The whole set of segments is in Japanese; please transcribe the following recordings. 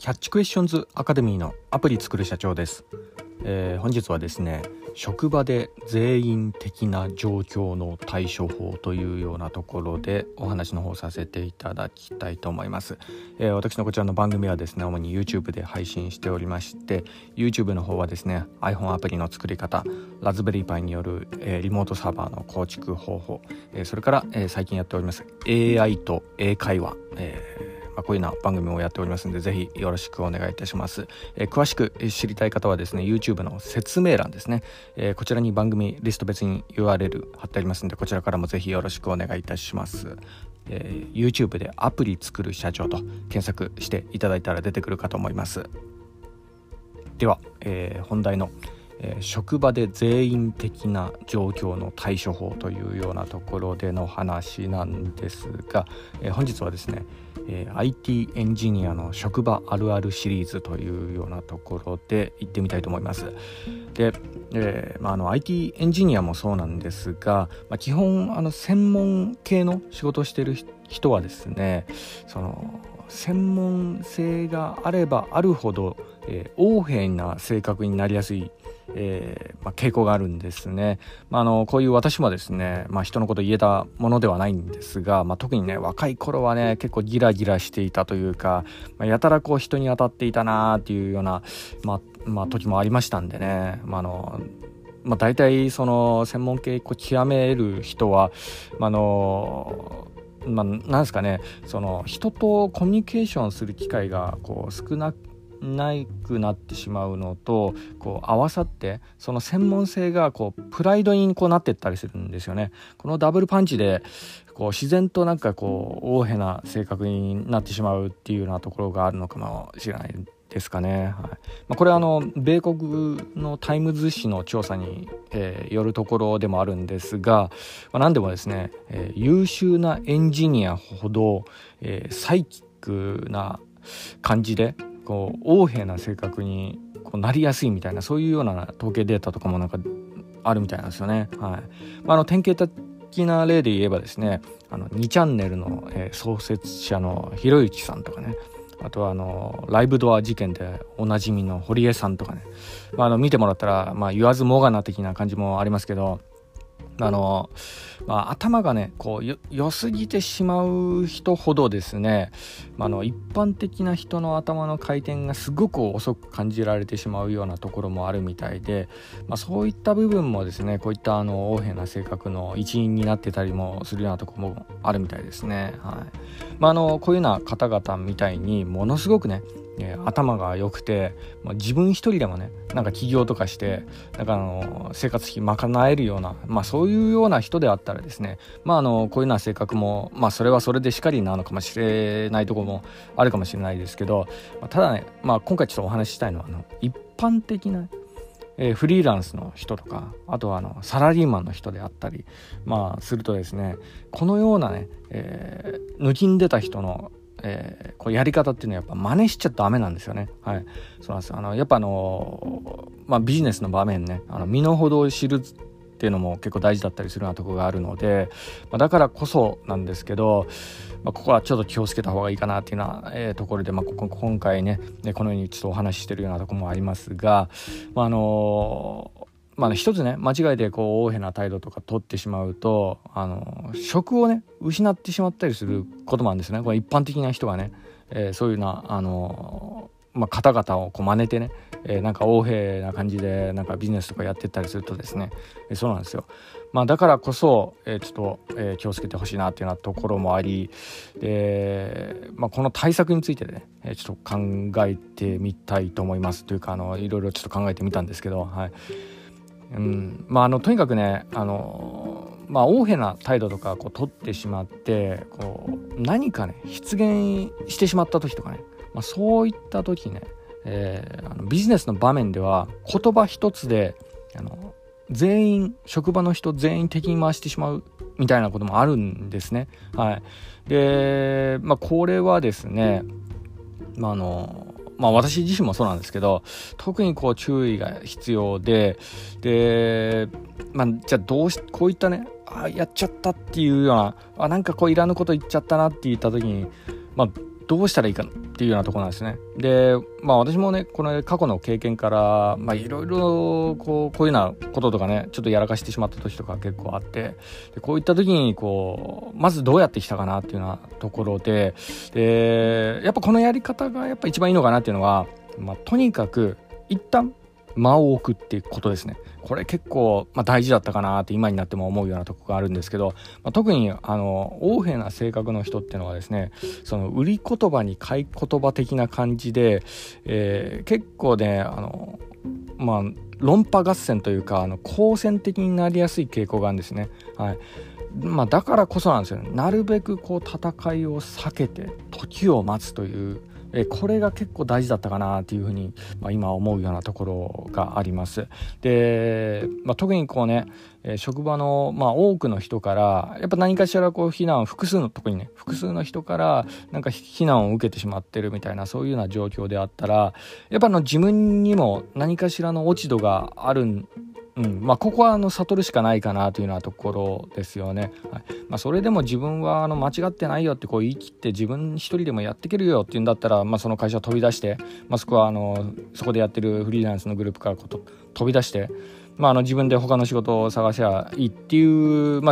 キャッチクエスチョンズアカデミーのアプリ作る社長です。本日はですね、職場で全員的な状況の対処法というようなところでお話の方させていただきたいと思います。私のこちらの番組はですね、主に YouTube で配信しておりまして、 YouTube の方はですね iPhone アプリの作り方、ラズベリーパイによる、リモートサーバーの構築方法、それから、最近やっております AI と英会話、こういうような番組をやっておりますので、ぜひよろしくお願いいたします。詳しく知りたい方はですね YouTube の説明欄ですね、こちらに番組リスト別に URL 貼ってありますので、こちらからもぜひよろしくお願いいたします。YouTube でアプリ作る社長と検索していただいたら出てくるかと思います。では、本題の職場で全員的な状況の対処法というようなところでの話なんですが、本日はですね、IT エンジニアの職場あるあるシリーズというようなところで行ってみたいと思います。で、IT エンジニアもそうなんですが、基本専門系の仕事をしている人はですね、その専門性があればあるほど、横柄な性格になりやすい傾向があるんですね。こういう私もですね、人のこと言えたものではないんですが、特にね若い頃はね結構ギラギラしていたというか、やたらこう人に当たっていたなっていうような時もありましたんでね、大体その専門系極める人はなんですかね、その人とコミュニケーションする機会が少なくなってしまうのと合わさって、その専門性がプライドになっていったりするんですよね。このダブルパンチで自然と横柄な性格になってしまうっていうようなところがあるのかもしれないですかね。これは米国のタイムズ紙の調査に、よるところでもあるんですが、何でもですね、優秀なエンジニアほど、サイキックな感じで横柄な性格になりやすいみたいな、そういうような統計データとかもあるみたいなんですよね。典型的な例で言えばですね、2チャンネルの、創設者のひろゆきさんとかね、あとはライブドア事件でおなじみの堀江さんとかね、見てもらったら、言わずもがな的な感じもありますけど、頭がね良すぎてしまう人ほどですね、一般的な人の頭の回転がすごく遅く感じられてしまうようなところもあるみたいで、そういった部分もですね、こういった横柄な性格の一因になってたりもするようなところもあるみたいですね。こういうような方々みたいにものすごくね頭が良くて、自分一人でもね起業とかして生活費賄えるような、そういうような人であったらですね、こういうような性格もそれはそれでしかりなのかもしれないところもあるかもしれないですけど、ただね、今回ちょっとお話ししたいのは一般的なフリーランスの人とか、あとはサラリーマンの人であったりするとですね、このようなね、抜きん出た人のやり方っていうのはやっぱ真似しちゃダメなんですよね。そうなんですよ。やっぱビジネスの場面ね、身の程を知るっていうのも結構大事だったりするようなところがあるので、だからこそなんですけど、ここはちょっと気をつけた方がいいかなっていうような、ところで、今回ねこのようにちょっとお話ししてるようなところもありますが、一つね間違いで横柄な態度とか取ってしまうと職をね失ってしまったりすることもあるんですね。これ一般的な人がね、そういうような方々を真似てね、横柄な感じでビジネスとかやってったりするとですね、そうなんですよ。だからこそ、ちょっと、気をつけてほしいなっていうようなところもあり、この対策についてね、ちょっと考えてみたいと思いますというかいろいろちょっと考えてみたんですけど、とにかくね横柄な態度とか取ってしまって何かね失言してしまった時とかね、そういった時ね、ビジネスの場面では言葉一つで職場の人全員敵に回してしまうみたいなこともあるんですね。で、これはですね私自身もそうなんですけど、特に注意が必要で、じゃあこういったねやっちゃったっていうようないらぬこと言っちゃったなって言った時にどうしたらいいかっていうようなところなんですね。で、私もねこの過去の経験からいろいろこういうようなこととかねちょっとやらかしてしまった時とか結構あって、でこういった時にまずどうやってきたかなっていうようなところで、やっぱこのやり方がやっぱ一番いいのかなっていうのは、とにかく一旦間を置くっていうことですね。これ結構、大事だったかなって今になっても思うようなとこがあるんですけど、特に横柄な性格の人っていうのはですね、その売り言葉に買い言葉的な感じで、結構ね論破合戦というか好戦的になりやすい傾向があるんですね。はい。だからこそなんですよね。なるべく戦いを避けて時を待つというこれが結構大事だったかなっていうふうに、今思うようなところがあります。で、特に職場の、多くの人からやっぱ何かしら非難を複数の人からなんか非難を受けてしまってるみたいなそういうような状況であったら、やっぱ自分にも何かしらの落ち度があるここは悟るしかないかなというようなところですよね。はい。それでも自分は間違ってないよって言い切って自分一人でもやっていけるよっていうんだったら、その会社を飛び出して、そこはそこでやってるフリーランスのグループから飛び出して、自分で他の仕事を探せばいいっていう、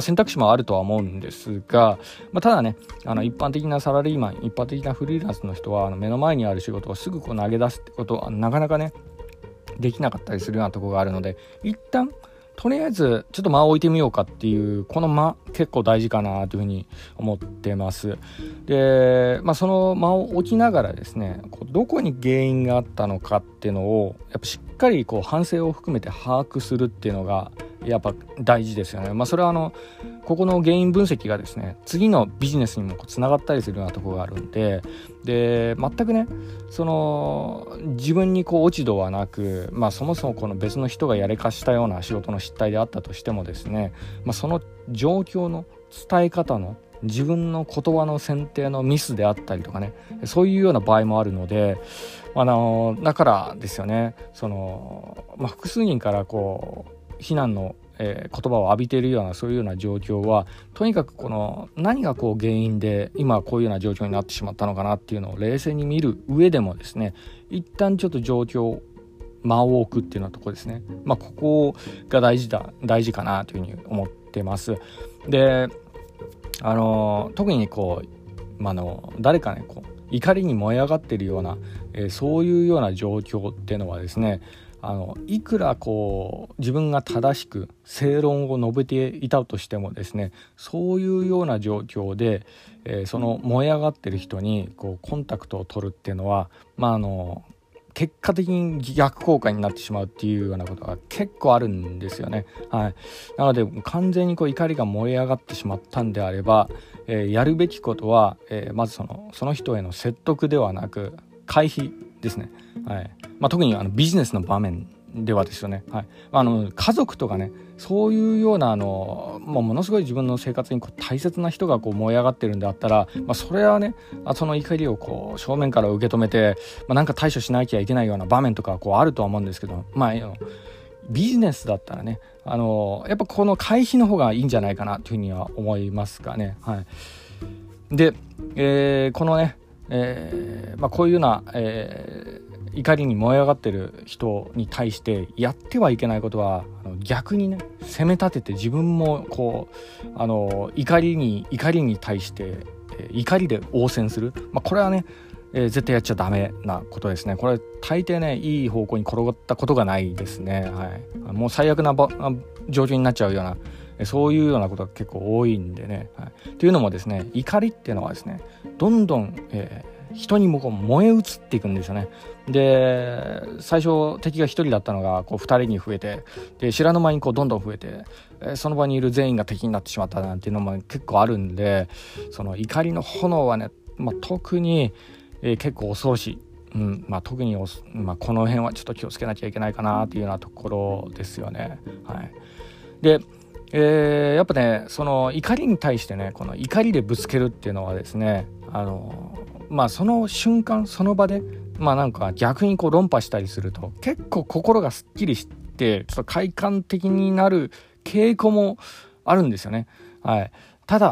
選択肢もあるとは思うんですが、ただね一般的なサラリーマン、一般的なフリーランスの人は目の前にある仕事をすぐ投げ出すってことはなかなかねできなかったりするようなところがあるので、一旦とりあえずちょっと間を置いてみようかっていうこの間結構大事かなというふうに思ってます。で、その間を置きながらですね、どこに原因があったのかっていうのをやっぱしっかり反省を含めて把握するっていうのがやっぱ大事ですよね。それはここの原因分析がですね次のビジネスにもつながったりするようなところがあるんで、全くね自分に落ち度はなく、そもそもこの別の人がやれかしたような仕事の失態であったとしてもですね、その状況の伝え方の自分の言葉の選定のミスであったりとかね、そういうような場合もあるので、だからですよね、複数人から非難の言葉を浴びているようなそういうような状況は、とにかく何が原因で今こういうような状況になってしまったのかなっていうのを冷静に見る上でもですね、一旦ちょっと状況間を置くっていうようなところですね。ここが大事かなというふうに思ってます。で、特に誰かね怒りに燃え上がっているような、そういうような状況っていうのはですね、いくら自分が正しく正論を述べていたとしてもですね、そういうような状況で、その燃え上がってる人にコンタクトを取るっていうのは結果的に逆効果になってしまうっていうようなことが結構あるんですよね。はい。なので完全に怒りが燃え上がってしまったんであれば、やるべきことは、まずその人への説得ではなく回避ですね。はい。特にビジネスの場面ではですよね。はい。家族とかね、そういうようなものすごい自分の生活に大切な人が燃え上がってるんであったら、それはねその怒りを正面から受け止めて、なんか対処しなきゃいけないような場面とかあるとは思うんですけど、ビジネスだったらねやっぱこの回避の方がいいんじゃないかなというふうには思いますかね。はい。で、このね、こういうような、怒りに燃え上がってる人に対してやってはいけないことは逆にね責め立てて自分も怒りに対して、怒りで応戦する、これはね、絶対やっちゃダメなことですね。これ大抵ねいい方向に転がったことがないですね。はい。もう最悪な状況になっちゃうようなそういうようなことが結構多いんでね。はい。というのもですね、怒りっていうのはですねどんどん、人にも燃え移っていくんですよね。で最初敵が1人だったのが2人に増えて、で知らぬ間にどんどん増えて、その場にいる全員が敵になってしまったなんていうのも結構あるんで、その怒りの炎はね、特に、結構恐ろしい。特にこの辺はちょっと気をつけなきゃいけないかなっていうようなところですよね。はい。でやっぱねその怒りに対してねこの怒りでぶつけるっていうのはですねその瞬間その場でなんか逆に論破したりすると結構心がすっきりしてちょっと快感的になる傾向もあるんですよね。はい。ただ、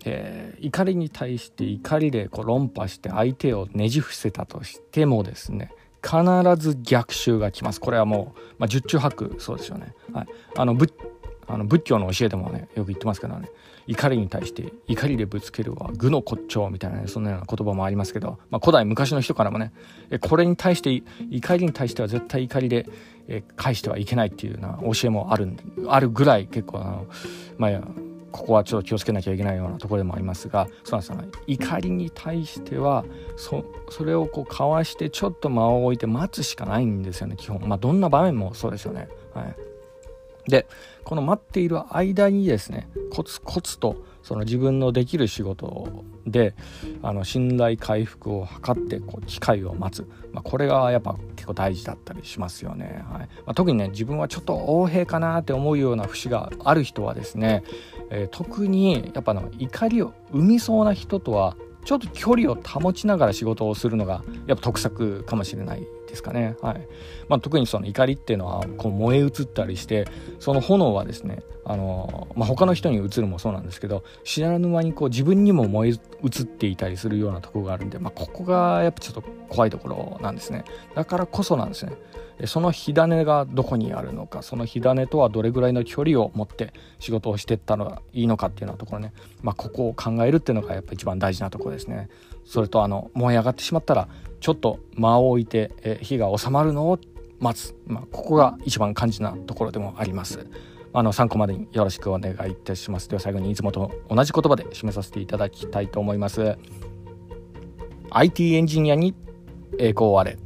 怒りに対して怒りでこう論破して相手をねじ伏せたとしてもですね、必ず逆襲が来ます。これはもう、十中八九そうですよね。はい、仏教の教えでもねよく言ってますけどね、怒りに対して怒りでぶつけるは愚の骨頂みたいなね、そんなような言葉もありますけど、古代昔の人からもね、これに対して怒りに対しては絶対怒りで返してはいけないっていうような教えもあるぐらい、結構ここはちょっと気をつけなきゃいけないようなところでもありますが、そうなんですよね。怒りに対してはそれをこうかわしてちょっと間を置いて待つしかないんですよね、基本。どんな場面もそうですよね。はい。でこの待っている間にですね、コツコツとその自分のできる仕事で信頼回復を図ってこう機会を待つ、これがやっぱ結構大事だったりしますよね。はい。特にね、自分はちょっと横柄かなって思うような節がある人はですね、特にやっぱ怒りを生みそうな人とはちょっと距離を保ちながら仕事をするのがやっぱ得策かもしれないですかね。はい。特にその怒りっていうのはこう燃え移ったりして、その炎はですね他の人に移るもそうなんですけど、知らぬ間にこう自分にも燃え移っていたりするようなところがあるんで、ここがやっぱちょっと怖いところなんですね。だからこそなんですね、その火種がどこにあるのか、その火種とはどれぐらいの距離を持って仕事をしていったのがいいのかっていうようなところね、ここを考えるっていうのがやっぱ一番大事なところですね。それと燃え上がってしまったらちょっと間を置いて、火が収まるのを待つ、ここが一番肝心なところでもあります。参考までによろしくお願いいたします。では最後にいつもと同じ言葉で締めさせていただきたいと思います。IT エンジニアに栄光あれ。